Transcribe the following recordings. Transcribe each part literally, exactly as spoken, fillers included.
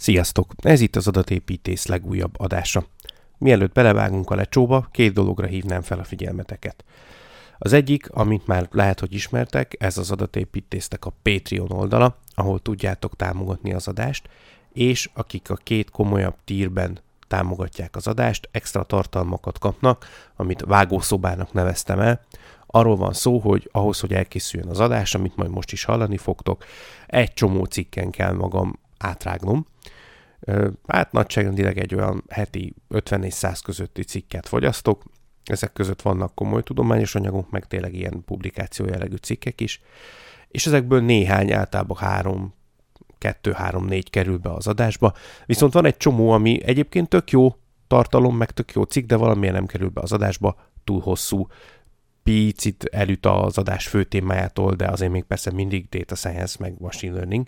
Sziasztok! Ez itt az Adatépítész legújabb adása. Mielőtt belevágunk a lecsóba, két dologra hívnám fel a figyelmeteket. Az egyik, amit már lehet, hogy ismertek, ez az Adatépítésznek a Patreon oldala, ahol tudjátok támogatni az adást, és akik a két komolyabb tírben támogatják az adást, extra tartalmakat kapnak, amit vágószobának neveztem el. Arról van szó, hogy ahhoz, hogy elkészüljön az adás, amit majd most is hallani fogtok, egy csomó cikken kell magam átrágnom. Hát nagyságrendileg egy olyan heti ötven-száz közötti cikket fogyasztok. Ezek között vannak komoly tudományos anyagok, meg tényleg ilyen publikáció jellegű cikkek is. És ezekből néhány, általában három, kettő, három, négy kerül be az adásba. Viszont van egy csomó, ami egyébként tök jó tartalom, meg tök jó cikk, de valamiért nem kerül be az adásba, túl hosszú, picit elüt az adás fő témájától, de azért még persze mindig data science, meg machine learning.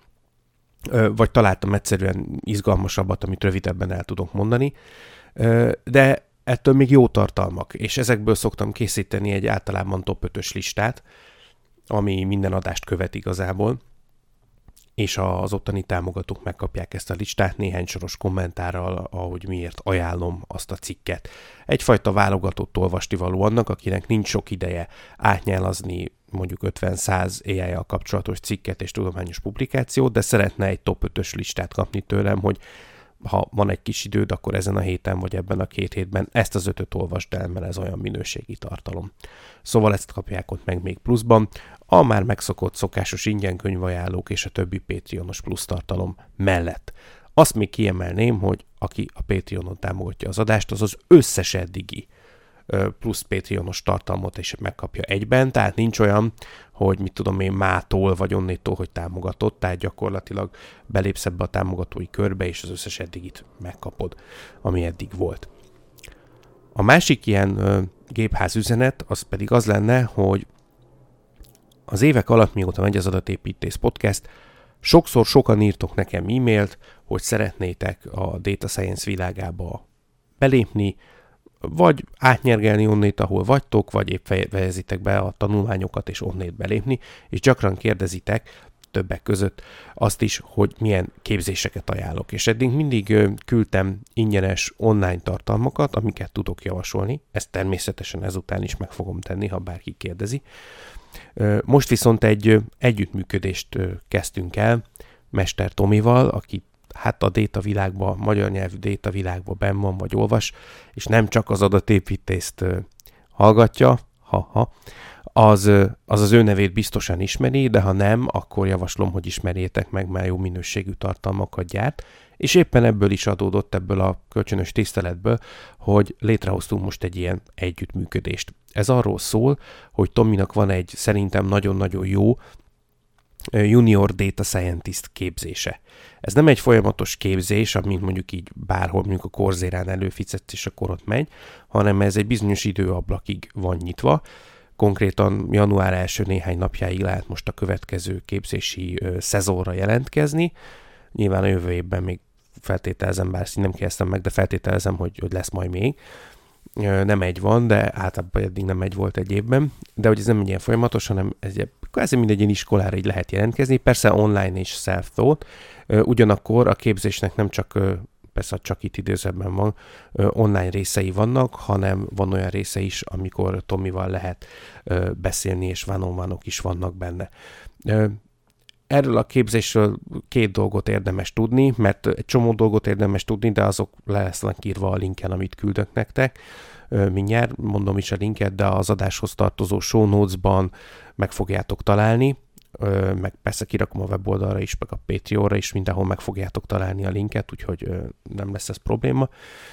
Vagy találtam egyszerűen izgalmasabbat, amit rövidebben el tudok mondani, de ettől még jó tartalmak, és ezekből szoktam készíteni egy általában top ötös listát, ami minden adást követ igazából, és az ottani támogatók megkapják ezt a listát néhány soros kommentárral, ahogy miért ajánlom azt a cikket. Egyfajta válogatott olvasnivaló annak, akinek nincs sok ideje átnyálazni mondjuk ötven-száz á í-jal kapcsolatos cikket és tudományos publikációt, de szeretne egy top ötös listát kapni tőlem, hogy ha van egy kis időd, akkor ezen a héten vagy ebben a két hétben ezt az ötöt olvasd el, mert ez olyan minőségi tartalom. Szóval ezt kapják ott meg még pluszban, a már megszokott szokásos ingyen könyvajánlók és a többi Patreonos plusz tartalom mellett. Azt még kiemelném, hogy aki a Patreonon támogatja az adást, az az összes eddigi plusz Patreonos tartalmat is megkapja egyben, tehát nincs olyan, hogy mit tudom én mától vagy onnétól, hogy támogatott, tehát gyakorlatilag belépsz ebbe a támogatói körbe, és az összes eddigit megkapod, ami eddig volt. A másik ilyen ö, gépház üzenet, az pedig az lenne, hogy az évek alatt, mióta megy az Adatépítész podcast, sokszor sokan írtok nekem e-mailt, hogy szeretnétek a data science világába belépni, vagy átnyergelni onnét, ahol vagytok, vagy épp fejezitek be a tanulmányokat, és onnét belépni, és gyakran kérdezitek többek között azt is, hogy milyen képzéseket ajánlok. És eddig mindig küldtem ingyenes online tartalmakat, amiket tudok javasolni. Ezt természetesen ezután is meg fogom tenni, ha bárki kérdezi. Most viszont egy együttműködést kezdtünk el Mester Tomival, aki hát a data világban, magyar nyelvű data világban benn van, vagy olvas, és nem csak az adatépítést hallgatja, ha-ha, az, az az ő nevét biztosan ismeri, de ha nem, akkor javaslom, hogy ismerjétek meg, mert jó minőségű tartalmakat gyárt, és éppen ebből is adódott, ebből a kölcsönös tiszteletből, hogy létrehoztunk most egy ilyen együttműködést. Ez arról szól, hogy Tominak van egy szerintem nagyon-nagyon jó Junior Data Scientist képzése. Ez nem egy folyamatos képzés, amint mondjuk így bárhol, mondjuk a Coursérán előfizetsz, és akkor ott megy, hanem ez egy bizonyos időablakig van nyitva. Konkrétan január első néhány napjáig lehet most a következő képzési ö, szezonra jelentkezni. Nyilván a jövő évben még feltételezem, bár nem kérdeztem meg, de feltételezem, hogy, hogy lesz majd még. Nem egy van, de általában eddig nem egy volt egy évben, de hogy ez nem egy ilyen folyamatos, hanem ez kvázi mindegy ilyen iskolára így lehet jelentkezni, persze online és self-taught, ugyanakkor a képzésnek nem csak, persze csak itt időzőben van, online részei vannak, hanem van olyan része is, amikor Tomival lehet beszélni, és one-on-one-ok is vannak benne. Erről a képzésről két dolgot érdemes tudni, mert egy csomó dolgot érdemes tudni, de azok le lesznek írva a linken, amit küldök nektek. Mindjárt mondom is a linket, de az adáshoz tartozó show notes-ban meg fogjátok találni, meg persze kirakom a weboldalra is, meg a Patreonra is, mindenhol meg fogjátok találni a linket, úgyhogy nem lesz ez probléma.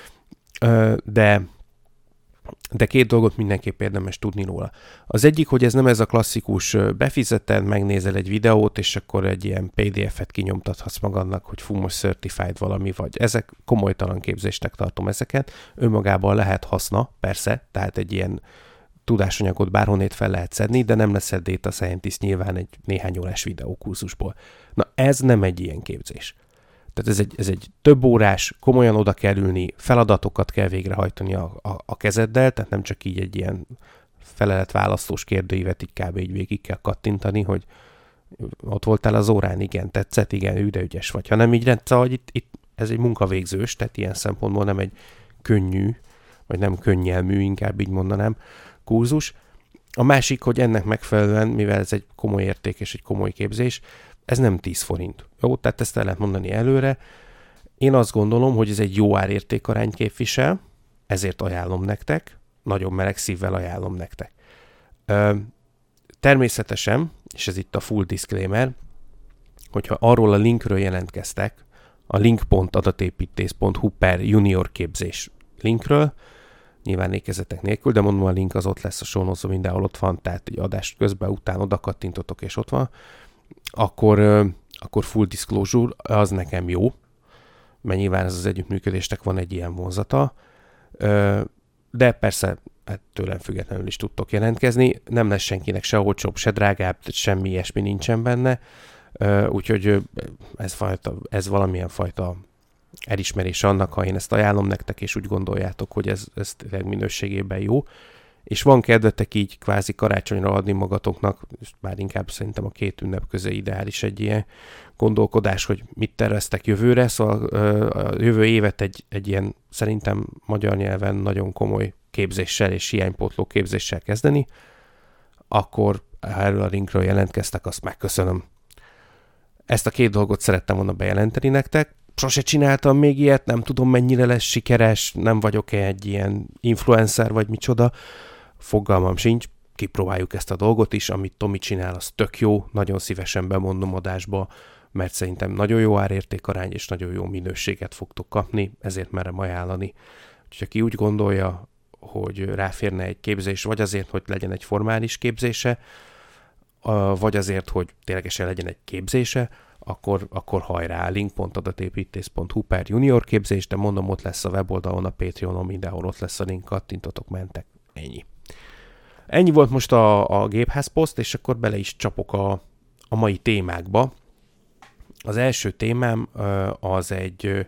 De De két dolgot mindenképp érdemes tudni róla. Az egyik, hogy ez nem ez a klasszikus befizeted, megnézel egy videót, és akkor egy ilyen pé dé ef-et kinyomtathatsz magadnak, hogy fú, most certified valami vagy. Ezek komolytalan képzésnek tartom ezeket. Önmagában lehet haszna, persze, tehát egy ilyen tudásanyagot bárhonnét fel lehet szedni, de nem leszel data scientist nyilván egy néhány órás videókurzusból. Na ez nem egy ilyen képzés. Tehát ez egy, ez egy több órás, komolyan oda kell ülni, feladatokat kell végrehajtani a, a, a kezeddel, tehát nem csak így egy ilyen feleletválasztós kérdőívet így kb. Így végig kell kattintani, hogy Ott voltál az órán, igen, tetszett, igen, ő de ügyes vagy. Hanem így rendszer, hogy itt, itt ez egy munkavégzős, tehát ilyen szempontból nem egy könnyű, vagy nem könnyelmű, inkább így mondanám, kurzus. A másik, hogy ennek megfelelően, mivel ez egy komoly érték és egy komoly képzés, ez nem tíz forint. Jó, tehát ezt el lehet mondani előre. Én azt gondolom, hogy ez egy jó árértékarányt képvisel, ezért ajánlom nektek, nagyon meleg szívvel ajánlom nektek. Ö, természetesen, és ez itt a full disclaimer, hogyha arról a linkről jelentkeztek, a link pont adatépítész pont hu per junior képzés linkről, nyilván ékezetek nélkül, de mondom, a link az ott lesz a show notes-on, mindenhol ott van, tehát egy adást közben után oda kattintotok, és ott van, akkor, akkor full disclosure, az nekem jó, mert nyilván ez az együttműködésnek van egy ilyen vonzata, de persze hát tőlem függetlenül is tudtok jelentkezni, nem lesz senkinek se olcsóbb, se drágább, semmi ilyesmi nincsen benne, úgyhogy ez, fajta, ez valamilyen fajta elismerés annak, ha én ezt ajánlom nektek, és úgy gondoljátok, hogy ez, ez tényleg minőségében jó, és van kedvetek így kvázi karácsonyra adni magatoknak, és már inkább szerintem a két ünnep közé ideális egy ilyen gondolkodás, hogy mit terveztek jövőre, szóval a jövő évet egy, egy ilyen szerintem magyar nyelven nagyon komoly képzéssel és hiánypótló képzéssel kezdeni, akkor ha erről a linkről jelentkeztek, azt megköszönöm. Ezt a két dolgot szerettem volna bejelenteni nektek. Sose csináltam még ilyet, nem tudom mennyire lesz sikeres, nem vagyok-e egy ilyen influencer vagy micsoda, fogalmam sincs, kipróbáljuk ezt a dolgot is, amit Tomi csinál, az tök jó, nagyon szívesen bemondom adásba, mert szerintem nagyon jó árértékarány és nagyon jó minőséget fogtok kapni, ezért merem ajánlani. Úgyhogy aki úgy gondolja, hogy ráférne egy képzés, vagy azért, hogy legyen egy formális képzése, vagy azért, hogy ténylegesen legyen egy képzése, akkor, akkor hajrá, link pont adatépítész pont hu per junior képzés, de mondom, ott lesz a weboldalon, a Patreonon, mindenhol ott lesz a link, kattintotok, mentek. Ennyi. Ennyi volt most a, a Gépház poszt, és akkor bele is csapok a, a mai témákba. Az első témám az egy,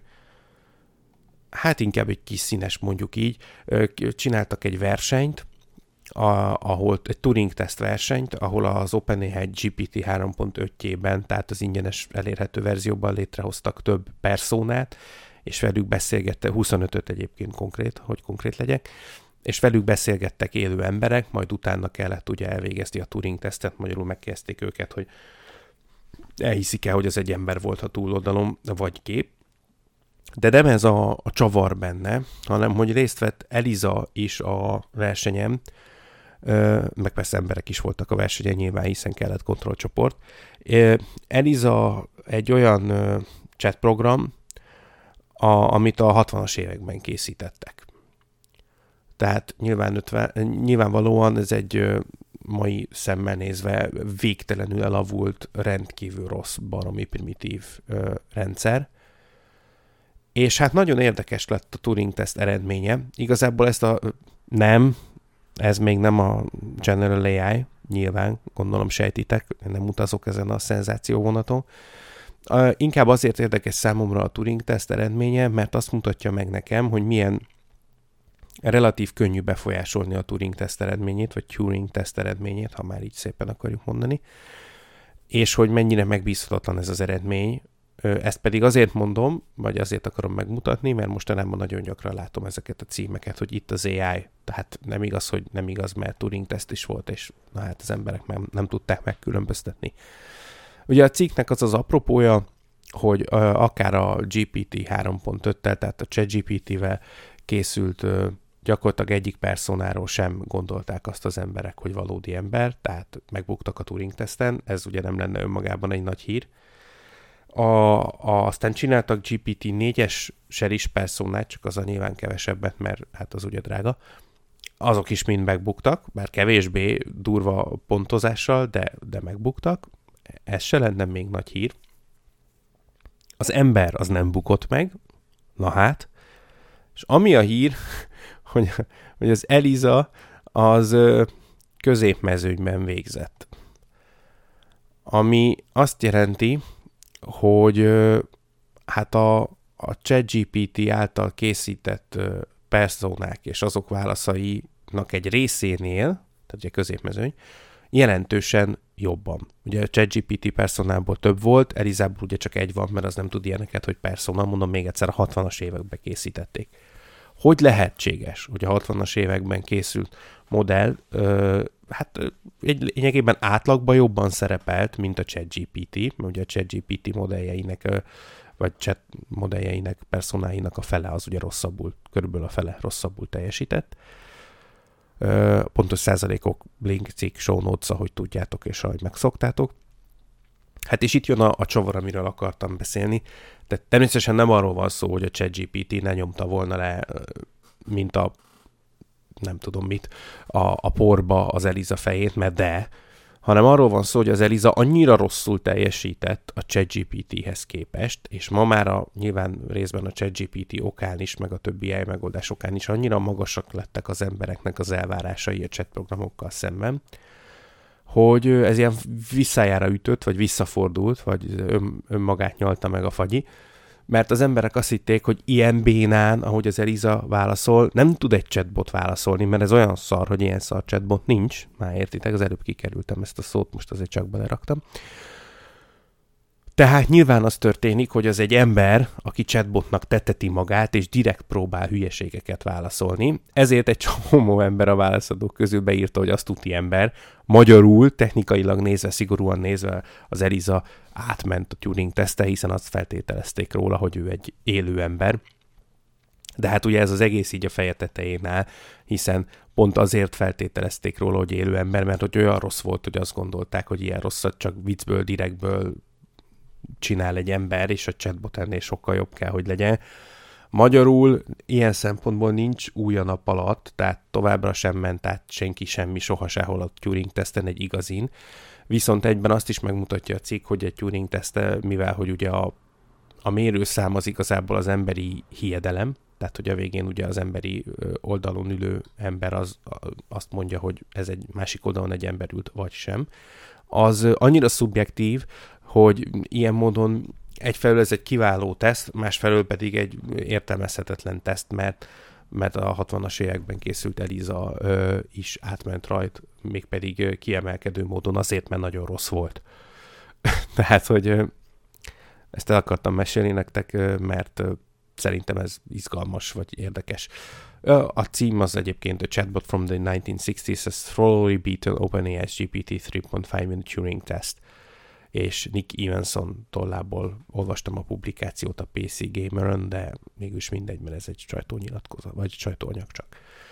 hát inkább egy kis színes, mondjuk így. Csináltak egy versenyt, A, ahol egy Turing teszt versenyt, ahol az OpenAI gé pé té három pont ötjében, tehát az ingyenes elérhető verzióban létrehoztak több personát, és velük beszélgettek, huszonötöt egyébként konkrét, hogy konkrét legyek, és velük beszélgettek élő emberek, majd utána kellett ugye elvégezni a Turing tesztet, magyarul megkérdezték őket, hogy elhiszik-e, hogy az egy ember volt a túloldalon, vagy gép. De nem ez a, a csavar benne, hanem hogy részt vett Eliza is a versenyem, meg persze emberek is voltak a versenyen nyilván, hiszen kellett kontrollcsoport. Eliza egy olyan chat program, a, amit a hatvanas években készítettek. Tehát nyilván ötven, nyilvánvalóan ez egy mai szemmel nézve végtelenül elavult, rendkívül rossz, baromi primitív rendszer. És hát nagyon érdekes lett a Turing-teszt eredménye. Igazából ezt a... Nem, ez még nem a General á i, nyilván, gondolom sejtitek, nem utazok ezen a szenzációvonaton. Uh, inkább azért érdekes számomra a Turing-teszt eredménye, mert azt mutatja meg nekem, hogy milyen relatív könnyű befolyásolni a Turing-teszt eredményét, vagy Turing-teszt eredményét, ha már így szépen akarjuk mondani, és hogy mennyire megbízhatatlan ez az eredmény. Ezt pedig azért mondom, vagy azért akarom megmutatni, mert mostanában nagyon gyakran látom ezeket a címeket, hogy itt az á i. Tehát nem igaz, hogy nem igaz, mert Turing-teszt is volt, és na hát az emberek nem, nem tudták megkülönböztetni. Ugye a cikknek az az apropója, hogy uh, akár a gé pé té három pont öttel, tehát a ChatGPT-vel készült uh, gyakorlatilag egyik personáról sem gondolták azt az emberek, hogy valódi ember, tehát megbuktak a Turing-teszten, ez ugye nem lenne önmagában egy nagy hír. A, a, aztán csináltak gé pé té négyessel is personát, csak az a nyilván kevesebbet, mert hát az ugye drága. Azok is mind megbuktak, bár kevésbé durva pontozással, de, de megbuktak. Ez se lenne még nagy hír. Az ember az nem bukott meg, na hát. És ami a hír, hogy, hogy az Eliza az középmezőnyben végzett. Ami azt jelenti, hogy hát a, a ChatGPT által készített personák és azok válaszainak egy részénél, tehát ugye középmezőny, jelentősen jobban. Ugye a ChatGPT personából több volt, Elizából ugye csak egy van, mert az nem tud ilyeneket, hogy persona, mondom még egyszer, a hatvanas években készítették. Hogy lehetséges, hogy a hatvanas években készült modell, ö, hát egy lényegében átlagban jobban szerepelt, mint a ChatGPT, mert ugye a ChatGPT modelljeinek, ö, vagy chat modelljeinek, personáinak a fele az ugye rosszabbul, körülbelül a fele rosszabbul teljesített. Ö, pontos százalékok, link, cikk, show notes, ahogy tudjátok, és ahogy megszoktátok. Hát és itt jön a, a csavar, amiről akartam beszélni. Tehát természetesen nem arról van szó, hogy a ChatGPT ne nyomta volna le, mint a nem tudom mit, a, a porba az Eliza fejét, mert de, hanem arról van szó, hogy az Eliza annyira rosszul teljesített a ChatGPT-hez képest, és ma már a, nyilván részben a ChatGPT okán is, meg a többi á i megoldás okán is annyira magasak lettek az embereknek az elvárásai a chat programokkal szemben, hogy ez ilyen visszájára ütött, vagy visszafordult, vagy ön, önmagát nyalta meg a fagyi, mert az emberek azt hitték, hogy ilyen bénán, ahogy az Eliza válaszol, nem tud egy chatbot válaszolni, mert ez olyan szar, hogy ilyen szar chatbot nincs. Már értitek, az előbb kikerültem ezt a szót, most azért csak beleraktam. Tehát nyilván az történik, hogy az egy ember, aki chatbotnak teteti magát, és direkt próbál hülyeségeket válaszolni. Ezért egy csomó ember a válaszadók közül beírta, hogy azt tuti ember. Magyarul, technikailag nézve, szigorúan nézve az Eliza átment a Turing-teszte, hiszen azt feltételezték róla, hogy ő egy élő ember. De hát ugye ez az egész így a feje tetején áll, hiszen pont azért feltételezték róla, hogy élő ember, mert hogy olyan rossz volt, hogy azt gondolták, hogy ilyen rosszat csak viccből, direktből csinál egy ember, és a chatbot ennél sokkal jobb kell, hogy legyen. Magyarul ilyen szempontból nincs új a nap alatt, tehát továbbra sem ment át senki semmi soha sehol a Turing-teszten egy igazin. Viszont egyben azt is megmutatja a cikk, hogy egy Turing-teszte, mivel hogy ugye a, a mérőszám az igazából az emberi hiedelem, tehát hogy a végén ugye az emberi oldalon ülő ember az, azt mondja, hogy ez egy másik oldalon egy ember ült, vagy sem. Az annyira szubjektív, hogy ilyen módon egyfelől ez egy kiváló teszt, másfelől pedig egy értelmezhetetlen teszt, mert, mert a hatvanas években készült Eliza ö, is átment rajt, mégpedig kiemelkedő módon azért, mert nagyon rossz volt. Tehát, hogy ö, ezt el akartam mesélni nektek, ö, mert ö, szerintem ez izgalmas vagy érdekes. A cím az egyébként a Chatbot from the nineteen sixties has thoroughly beaten OpenAI's G P T three point five in the Turing test. És Nick Evanson tollából olvastam a publikációt a pé cé Gamer-ön, de mégis mindegy, mert ez egy sajtónyilatkozat, vagy sajtóanyag csak.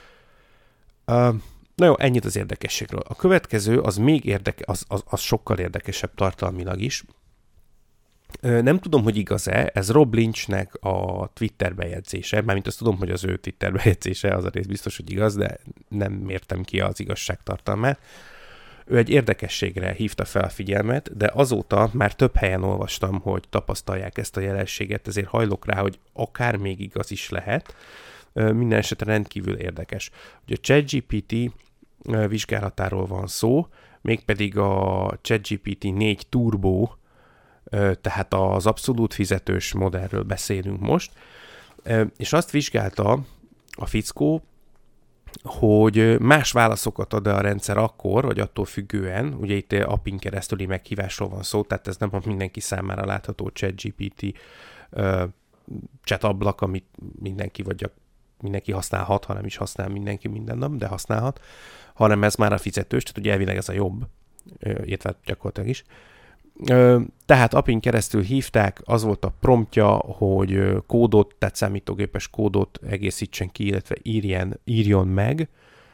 Uh, na jó, ennyit az érdekességről. A következő az még érdeke, az, az, az sokkal érdekesebb tartalmilag is. Uh, nem tudom, hogy igaz-e, ez Rob Lynchnek a Twitter bejegyzése, mármint azt tudom, hogy az ő Twitter bejegyzése, az a rész biztos, hogy igaz, de nem mértem ki az igazság tartalmát. Ő egy érdekességre hívta fel a figyelmet, de azóta már több helyen olvastam, hogy tapasztalják ezt a jelenséget, ezért hajlok rá, hogy akár még igaz is lehet. Minden esetre rendkívül érdekes. Ugye a ChatGPT vizsgálatáról van szó, mégpedig a ChatGPT négy Turbo, tehát az abszolút fizetős modellről beszélünk most, és azt vizsgálta a fickó, hogy más válaszokat ad a rendszer akkor, vagy attól függően, ugye itt appin keresztüli meghívásról van szó, tehát ez nem a mindenki számára látható ChatGPT uh, chat ablak, amit mindenki vagy mindenki használhat, ha nem is használ mindenki minden nap, de használhat, hanem ez már a fizetős, tehát ugye elvileg ez a jobb, illetve gyakorlatilag is. Tehát appin keresztül hívták, az volt a promptja, hogy kódot, tehát számítógépes kódot egészítsen ki, illetve írjen, írjon meg.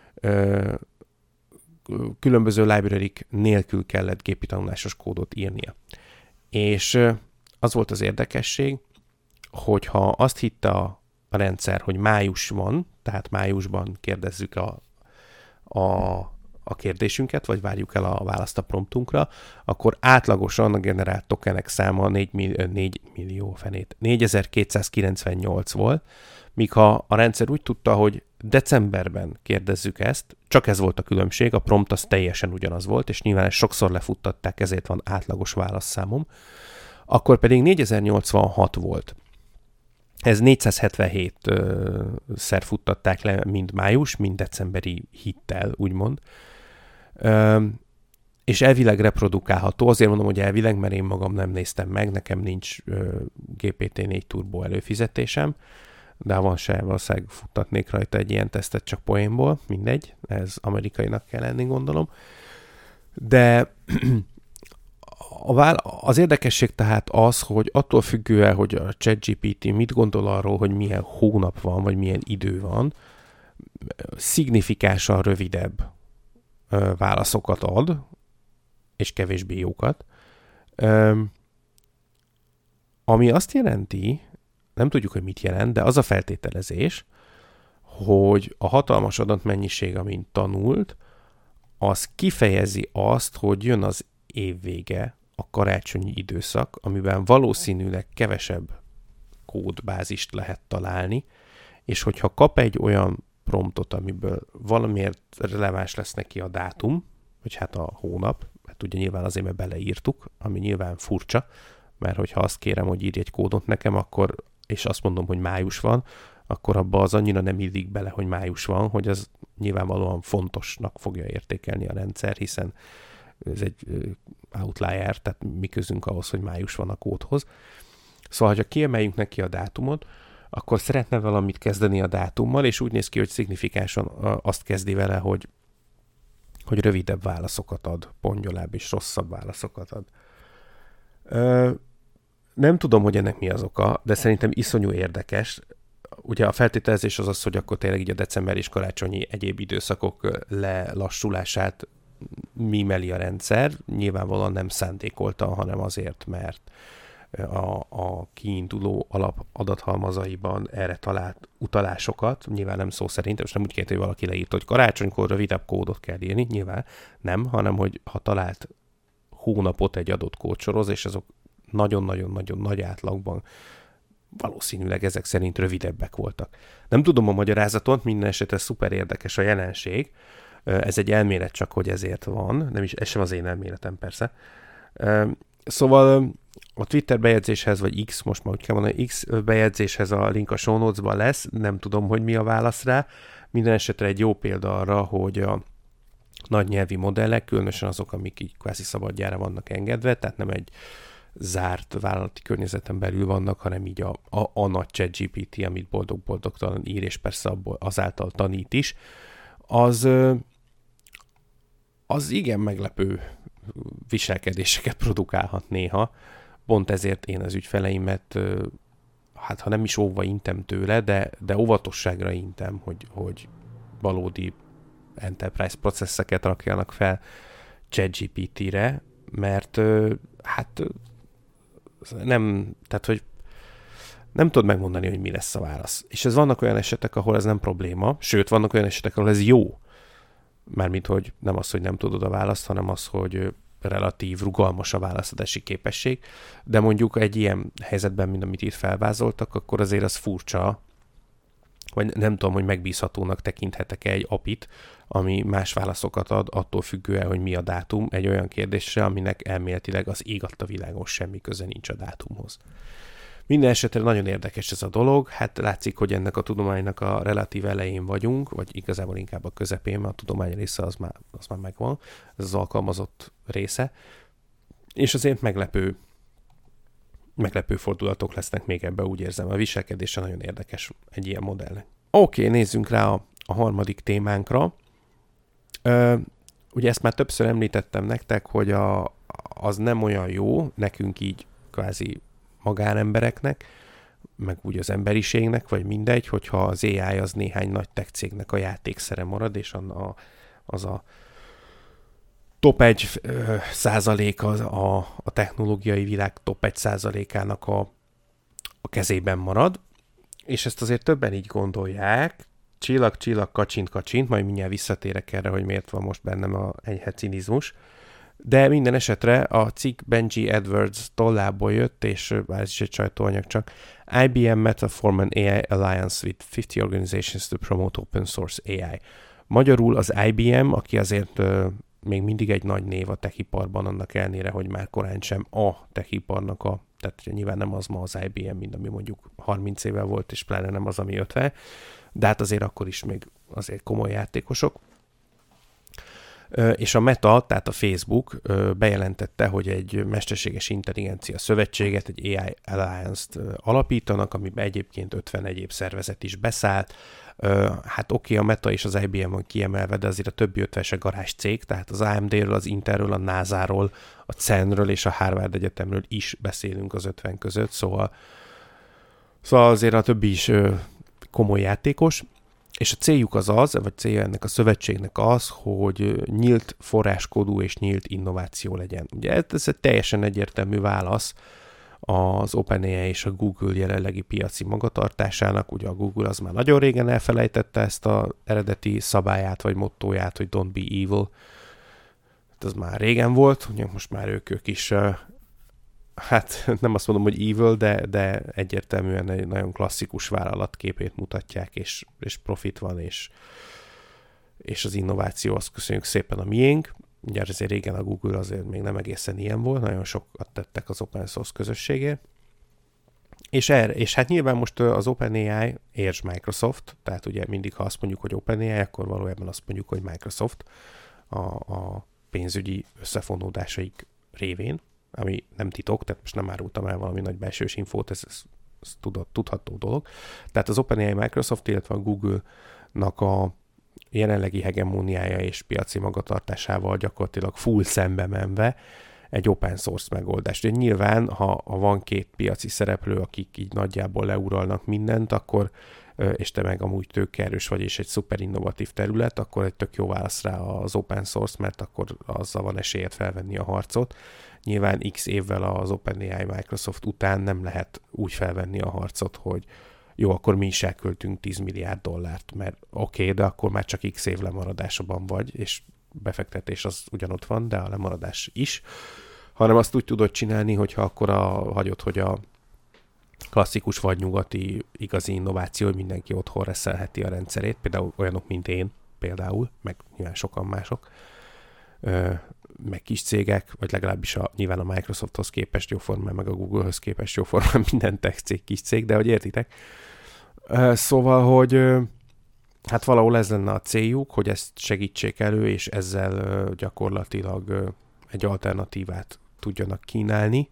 Különböző library-k nélkül kellett gépi tanulásos kódot írnia. És az volt az érdekesség, hogyha azt hitte a rendszer, hogy május van, tehát májusban kérdezzük a, a a kérdésünket, vagy várjuk el a választ a promptunkra, akkor átlagosan a generált tokenek száma négy millió fenét, négyezer-kétszázkilencvennyolc volt, míg ha a rendszer úgy tudta, hogy decemberben kérdezzük ezt, csak ez volt a különbség, a prompt az teljesen ugyanaz volt, és nyilván ezt sokszor lefuttatták, ezért van átlagos válaszszámom, akkor pedig négyezer-nyolcvanhat volt. Ez négyszázhetvenhétszer futtatták le mind május, mind decemberi hittel, úgymond. és elvileg reprodukálható, azért mondom, hogy elvileg, mert én magam nem néztem meg, nekem nincs ö, gé pé té négy Turbo előfizetésem, de ha van se, valószínűleg futtatnék rajta egy ilyen tesztet csak poénból, mindegy, ez amerikainak kell lenni, gondolom. De a vál- az érdekesség tehát az, hogy attól függően, hogy a ChatGPT mit gondol arról, hogy milyen hónap van, vagy milyen idő van, szignifikánsan rövidebb ö, válaszokat ad, és kevésbé jókat. Ö, ami azt jelenti, nem tudjuk, hogy mit jelent, de az a feltételezés, hogy a hatalmas adatmennyiség, amint tanult, az kifejezi azt, hogy jön az évvége, a karácsonyi időszak, amiben valószínűleg kevesebb kódbázist lehet találni, és hogyha kap egy olyan promptot, amiből valamiért releváns lesz neki a dátum, vagy hát a hónap, hát ugye nyilván azért, mert beleírtuk, ami nyilván furcsa, mert hogyha azt kérem, hogy írj egy kódot nekem, akkor, és azt mondom, hogy május van, akkor abba az annyira nem illik bele, hogy május van, hogy az nyilvánvalóan fontosnak fogja értékelni a rendszer, hiszen ez egy outlier, tehát mi közünk ahhoz, hogy május van a kódhoz. Szóval, ha kiemeljünk neki a dátumot, akkor szeretne valamit kezdeni a dátummal, és úgy néz ki, hogy szignifikánsan azt kezdi vele, hogy, hogy rövidebb válaszokat ad, pongyolább és rosszabb válaszokat ad. Ö, nem tudom, hogy ennek mi az oka, de szerintem iszonyú érdekes. Ugye a feltételezés az az, hogy akkor tényleg így a december és karácsonyi egyéb időszakok lelassulását mímeli a rendszer. Nyilvánvalóan nem szándékolta, hanem azért, mert a, a kiinduló alap adathalmazaiban erre talált utalásokat, nyilván nem szó szerint, most nem úgy kérte, hogy valaki leírta, hogy karácsonykor rövidebb kódot kell írni, nyilván nem, hanem hogy ha talált hónapot egy adott kódsoroz, és azok nagyon-nagyon-nagyon nagy átlagban valószínűleg ezek szerint rövidebbek voltak. Nem tudom a magyarázatot, minden esetre szuper érdekes a jelenség. Ez egy elmélet csak, hogy ezért van, nem is, ez sem az én elméletem persze. Szóval a Twitter bejegyzéshez, vagy X, most már úgy kell mondani, X bejegyzéshez a link a show notes-ban lesz, nem tudom, hogy mi a válasz rá. Minden esetre egy jó példa arra, hogy a nagy nyelvi modellek, különösen azok, amik így kvázi szabadjára vannak engedve, tehát nem egy zárt vállalati környezeten belül vannak, hanem így a, a, a nagy ChatGPT, amit boldog-boldogtalan ír, és persze abból azáltal tanít is, az, az igen meglepő viselkedéseket produkálhat néha. Pont ezért én az ügyfeleimet, hát ha nem is óva intem tőle, de, de óvatosságra intem, hogy, hogy valódi enterprise processzeket rakjanak fel ChatGPT-re, mert hát nem, tehát hogy nem tudod megmondani, hogy mi lesz a válasz. És ez vannak olyan esetek, ahol ez nem probléma, sőt, vannak olyan esetek, ahol ez jó. Mármint, hogy nem az, hogy nem tudod a választ, hanem az, hogy relatív rugalmas a válaszadási képesség, de mondjuk egy ilyen helyzetben, mint amit itt felvázoltak, akkor azért az furcsa, vagy nem tudom, hogy megbízhatónak tekinthetek-e egy apit, ami más válaszokat ad, attól függően, hogy mi a dátum egy olyan kérdésre, aminek elméletileg az ég adta világon semmi köze nincs a dátumhoz. Minden esetre nagyon érdekes ez a dolog, hát látszik, hogy ennek a tudománynak a relatív elején vagyunk, vagy igazából inkább a közepén, mert a tudomány része az már, az már megvan, ez az alkalmazott része, és azért meglepő, meglepő fordulatok lesznek még ebbe, úgy érzem, a viselkedése nagyon érdekes egy ilyen modellnek. Oké, okay, nézzünk rá a, a harmadik témánkra. Ö, ugye ezt már többször említettem nektek, hogy a, az nem olyan jó, nekünk így kvázi magánembereknek, meg úgy az emberiségnek, vagy mindegy, hogyha az á i az néhány nagy tech cégnek a játékszere marad, és a, az a top egy százalék az a, a technológiai világ top egy százalékának a, a kezében marad, és ezt azért többen így gondolják, csillag, csillag, kacsint, kacsint, majd mindjárt visszatérek erre, hogy miért van most bennem a enyhe cinizmus. De minden esetre a cikk Benji Edwards tollából jött, és ez is egy sajtóanyag csak. I B M Meta form an á i alliance with fifty organizations to promote open source á i. Magyarul az I B M, aki azért uh, még mindig egy nagy név a techiparban, annak ellenére, hogy már korán sem a techiparnak a, tehát nyilván nem az ma az I B M, mint ami mondjuk harminc éve volt, és pláne nem az, ami ötven, de hát azért akkor is még azért komoly játékosok. És a Meta, tehát a Facebook bejelentette, hogy egy mesterséges intelligencia szövetséget, egy á i Alliance-t alapítanak, amiben egyébként ötven egyéb szervezet is beszállt. Hát oké, a Meta és az i bé em van kiemelve, de azért a többi ötven se garázs cég, tehát az á em dé-ről, az Intelről, a nászáról, a cernről és a Harvard Egyetemről is beszélünk az ötven között, szóval, szóval azért a többi is komoly játékos. És a céljuk az az, vagy célja ennek a szövetségnek az, hogy nyílt forráskódú és nyílt innováció legyen. Ugye ez egy teljesen egyértelmű válasz az OpenAI és a Google jelenlegi piaci magatartásának. Ugye a Google az már nagyon régen elfelejtette ezt az eredeti szabályát, vagy mottóját, hogy don't be evil. Ez már régen volt, ugye most már ők, ők is, hát nem azt mondom, hogy evil, de, de egyértelműen egy nagyon klasszikus vállalatképét mutatják, és, és profit van, és, és az innováció, azt köszönjük szépen a miénk. Ugye azért régen a Google azért még nem egészen ilyen volt, nagyon sokat tettek az open source közösségért. És, erre, és hát nyilván most az OpenAI és Microsoft, tehát ugye mindig, ha azt mondjuk, hogy OpenAI, akkor valójában azt mondjuk, hogy Microsoft a, a pénzügyi összefonódásaik révén, ami nem titok, tehát most nem árultam el valami nagy belsős infót, ez, ez, ez tudod, tudható dolog. Tehát az OpenAI, Microsoft, illetve a Google-nak a jelenlegi hegemóniája és piaci magatartásával gyakorlatilag full szembe menve egy open source megoldást. De nyilván, ha, ha van két piaci szereplő, akik így nagyjából leuralnak mindent, akkor, és te meg amúgy tőkeerős vagy, és egy szuper innovatív terület, akkor egy tök jó válasz rá az open source, mert akkor azzal van esélyed felvenni a harcot. Nyilván x évvel az OpenAI Microsoft után nem lehet úgy felvenni a harcot, hogy jó, akkor mi is elköltünk tíz milliárd dollárt, mert oké, okay, de akkor már csak x év lemaradásban vagy, és befektetés az ugyanott van, de a lemaradás is, hanem azt úgy tudod csinálni, hogyha akkor a, hagyod, hogy a klasszikus vagy nyugati igazi innováció, hogy mindenki otthon reszelheti a rendszerét, például olyanok, mint én például, meg nyilván sokan mások, ö, meg kis cégek, vagy legalábbis a, nyilván a Microsofthoz képest jóformán, meg a Googlehöz képest jóformán minden tech cég kis cég, de hogy értitek. Ö, szóval, hogy ö, hát valahol ez lenne a céljuk, hogy ezt segítsék elő, és ezzel ö, gyakorlatilag ö, egy alternatívát tudjanak kínálni.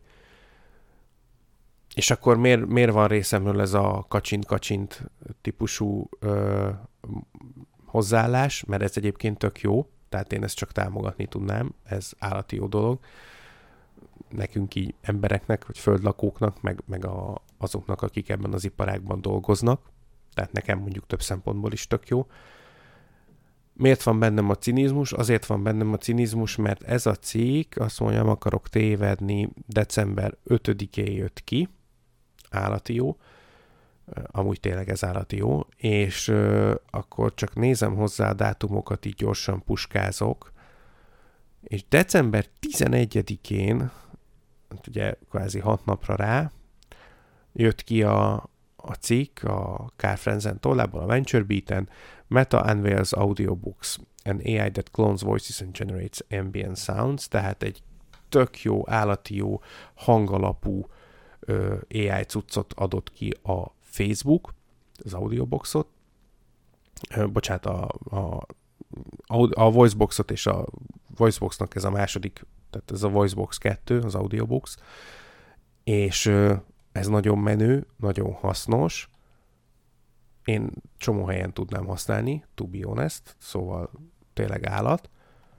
És akkor miért, miért van részemről ez a kacsint-kacsint típusú ö, hozzáállás, mert ez egyébként tök jó, tehát én ezt csak támogatni tudnám, ez állati jó dolog. Nekünk így embereknek, vagy földlakóknak, meg, meg a, azoknak, akik ebben az iparágban dolgoznak, tehát nekem mondjuk több szempontból is tök jó. Miért van bennem a cinizmus? Azért van bennem a cinizmus, mert ez a cikk, azt mondja, nem akarok tévedni, december ötödikén jött ki, állati jó, amúgy tényleg ez állati jó, és euh, akkor csak nézem hozzá a dátumokat, így gyorsan puskázok, és december tizenegyedikén, ugye kvázi hat napra rá, jött ki a, a cikk a Carl Frenzen tollából, a VentureBeat-en, Meta unveils audiobooks, an á i that clones voices and generates ambient sounds, tehát egy tök jó, állati jó, hangalapú ö, á i cuccot adott ki a Facebook, az audioboxot, ö, bocsánat, a, a, a voiceboxot és a voiceboxnak ez a második, tehát ez a voicebox kettő, az audiobox, és ö, ez nagyon menő, nagyon hasznos. Én csomó helyen tudnám használni, to be honest, szóval tényleg állat.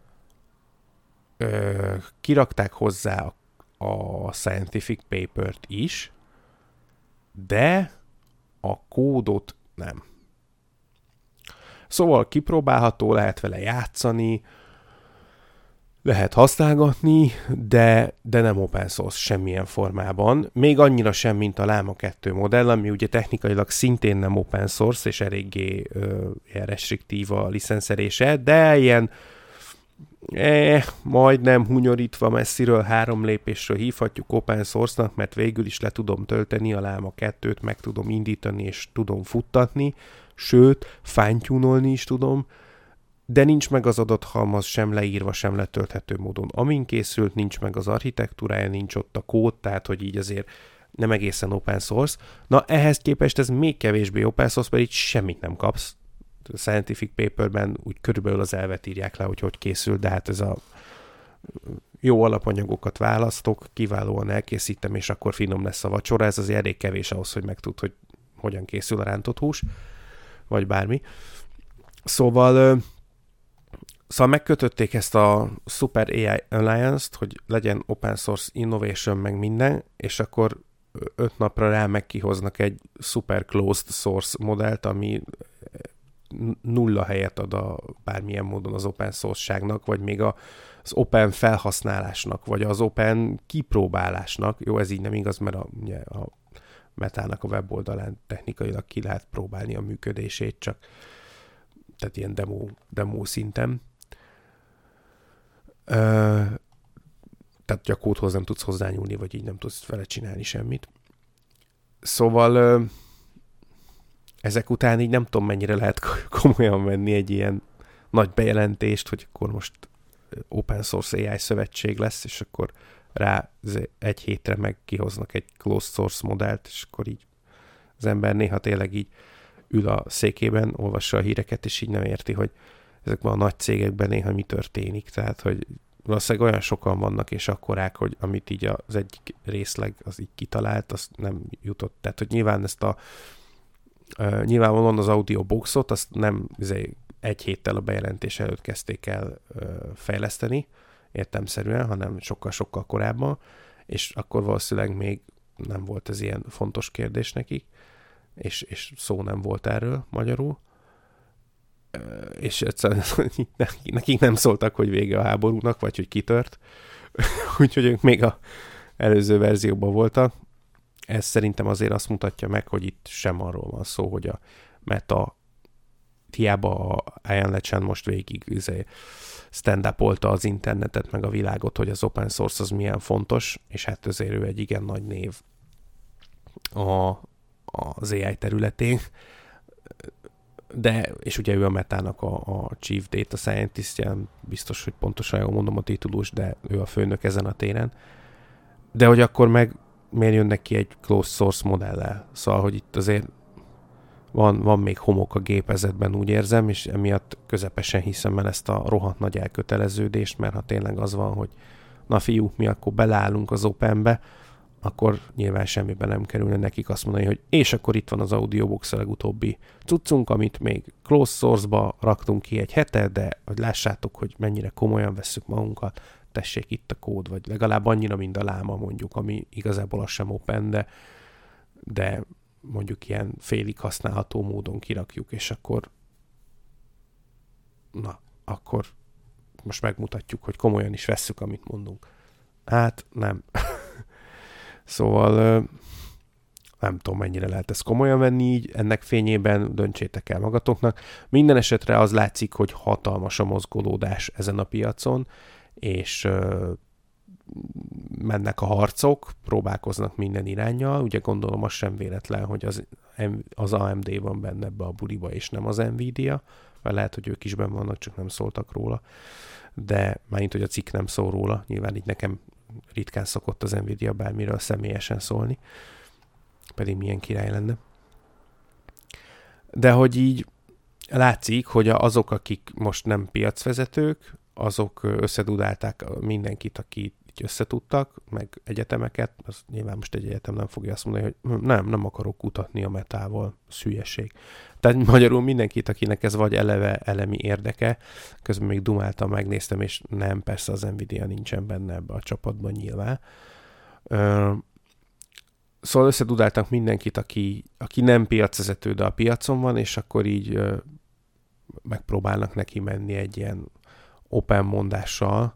Ö, kirakták hozzá a, a scientific papert is, de a kódot nem. Szóval kipróbálható, lehet vele játszani, lehet használgatni, de, de nem open source semmilyen formában. Még annyira sem, mint a Llama kettő modell, ami ugye technikailag szintén nem open source, és eléggé ö, restriktív a licenszelése, de ilyen eh, majdnem hunyorítva messziről három lépésről hívhatjuk open source-nak, mert végül is le tudom tölteni a Llama kettőt, meg tudom indítani, és tudom futtatni, sőt, fine-tunolni is tudom, de nincs meg az adathalmaz sem leírva, sem letölthető módon. Amin készült, nincs meg az architektúrája, nincs ott a kód, tehát hogy így azért nem egészen open source. Na ehhez képest ez még kevésbé open source, mert itt semmit nem kapsz. scientific paperben úgy körülbelül az elvet írják le, hogy hogy készül, de hát ez a jó alapanyagokat választok, kiválóan elkészítem, és akkor finom lesz a vacsora. Ez azért elég kevés ahhoz, hogy megtud, hogy hogyan készül a rántott hús, vagy bármi. Szóval, szóval megkötötték ezt a Super á i Alliance-t, hogy legyen open source innovation, meg minden, és akkor öt napra rá meg kihoznak egy super closed source modellt, ami nulla helyet ad a bármilyen módon az open source-ságnak, vagy még a, az open felhasználásnak, vagy az open kipróbálásnak. Jó, ez így nem igaz, mert a, ugye a Metának a weboldalán technikailag ki lehet próbálni a működését, csak tehát ilyen demo, demo szinten. Ö, tehát a kódhoz nem tudsz hozzányúlni, vagy így nem tudsz vele csinálni semmit. Szóval ö, ezek után így nem tudom, mennyire lehet komolyan venni egy ilyen nagy bejelentést, hogy akkor most open source á i szövetség lesz, és akkor rá egy hétre meg kihoznak egy closed source modellt, és akkor így az ember néha tényleg így ül a székében, olvassa a híreket, és így nem érti, hogy ezekben a nagy cégekben néha mi történik. Tehát, hogy valószínűleg olyan sokan vannak, és akkorák, hogy amit így az egyik részleg az így kitalált, az nem jutott. Tehát, hogy nyilván ezt a uh, nyilvánvalóan az audioboxot, azt nem azért, egy héttel a bejelentés előtt kezdték el uh, fejleszteni, értelemszerűen, hanem sokkal-sokkal korábban, és akkor valószínűleg még nem volt ez ilyen fontos kérdés nekik, és, és szó nem volt erről magyarul, és egyszerűen nekik nem szóltak, hogy vége a háborúnak, vagy hogy kitört, úgyhogy ők még az előző verzióban voltak. Ez szerintem azért azt mutatja meg, hogy itt sem arról van szó, hogy a Meta hiába a Ian LeChan most végig stand-upolta az internetet, meg a világot, hogy az open source az milyen fontos, és hát azért ő egy igen nagy név a, az á i területén, de, és ugye ő a Metának a, a Chief Data Scientist-je, biztos, hogy pontosan jól mondom a titulus, de ő a főnök ezen a téren. De hogy akkor meg miért jönnek ki egy closed source modellel? Szóval, hogy itt azért van, van még homok a gépezetben, úgy érzem, és emiatt közepesen hiszem el ezt a rohadt nagy elköteleződést, mert ha tényleg az van, hogy na fiú, mi akkor beleállunk az openbe, akkor nyilván semmiben nem kerülne nekik azt mondani, hogy és akkor itt van az Audiobox a legutóbbi cuccunk, amit még closed source-ba raktunk ki egy hete, de hogy lássátok, hogy mennyire komolyan vesszük magunkat, tessék itt a kód, vagy legalább annyira, mint a láma mondjuk, ami igazából az sem open, de, de mondjuk ilyen félig használható módon kirakjuk, és akkor na, akkor most megmutatjuk, hogy komolyan is vesszük, amit mondunk. Hát nem. Szóval nem tudom, mennyire lehet ezt komolyan venni így, ennek fényében döntsétek el magatoknak. Minden esetre az látszik, hogy hatalmas a mozgolódás ezen a piacon, és mennek a harcok, próbálkoznak minden iránnyal. Ugye gondolom, az sem véletlen, hogy az, az á em dé van benne ebbe a buliba, és nem az Nvidia, mert lehet, hogy ők is benne vannak, csak nem szóltak róla. De mármint, hogy a cikk nem szól róla, nyilván így nekem ritkán szokott az Nvidia bármiről személyesen szólni, pedig milyen király lenne. De hogy így látszik, hogy azok, akik most nem piacvezetők, azok összedudálták mindenkit, aki így összetudtak, meg egyetemeket, az nyilván most egy egyetem nem fogja azt mondani, hogy nem, nem akarok kutatni a Metával, az hülyeség. Tehát magyarul mindenkit, akinek ez vagy eleve elemi érdeke, közben még dumáltam, megnéztem, és nem, persze az Nvidia nincsen benne ebbe a csapatban nyilván. Szóval összedudáltak mindenkit, aki, aki nem piacvezető, de a piacon van, és akkor így megpróbálnak neki menni egy ilyen open mondással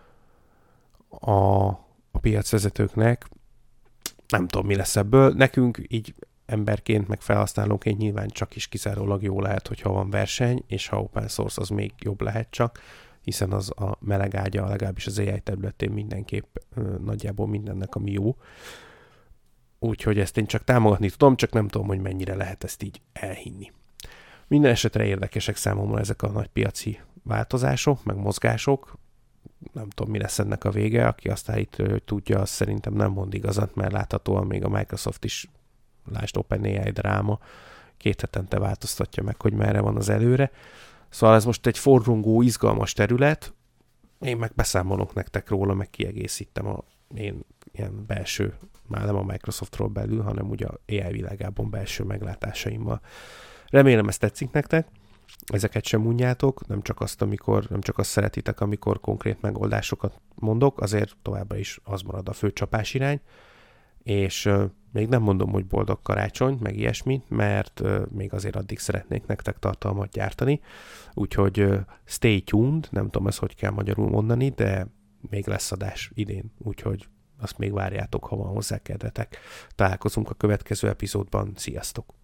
a, a piacvezetőknek. Nem tudom, mi lesz ebből. Nekünk így emberként, meg felhasználóként nyilván csak is kizárólag jó lehet, hogyha van verseny, és ha open source, az még jobb lehet csak, hiszen az a meleg ágya, legalábbis az á i területén mindenképp nagyjából mindennek, ami jó. Úgyhogy ezt én csak támogatni tudom, csak nem tudom, hogy mennyire lehet ezt így elhinni. Minden esetre érdekesek számomra ezek a nagy piaci változások, meg mozgások. Nem tudom, mi lesz ennek a vége. Aki azt állítja, hogy tudja, azt szerintem nem mond igazat, mert láthatóan még a Microsoft is, lásd OpenAI dráma, két hetente változtatja meg, hogy merre van az előre. Szóval ez most egy forrongó, izgalmas terület, én meg beszámolok nektek róla, meg kiegészítem a én ilyen belső, már nem a Microsoftról belül, hanem ugye a á i világában belső meglátásaimmal. Remélem ezt tetszik nektek, ezeket sem unjátok, nem csak azt, amikor, nem csak azt szeretitek, amikor konkrét megoldásokat mondok, azért továbbra is az marad a fő csapás irány, és euh, még nem mondom, hogy boldog karácsony, meg ilyesmit, mert euh, még azért addig szeretnék nektek tartalmat gyártani, úgyhogy euh, stay tuned, nem tudom ezt hogy kell magyarul mondani, de még lesz adás idén, úgyhogy azt még várjátok, ha van hozzá kedvetek. Találkozunk a következő epizódban, sziasztok!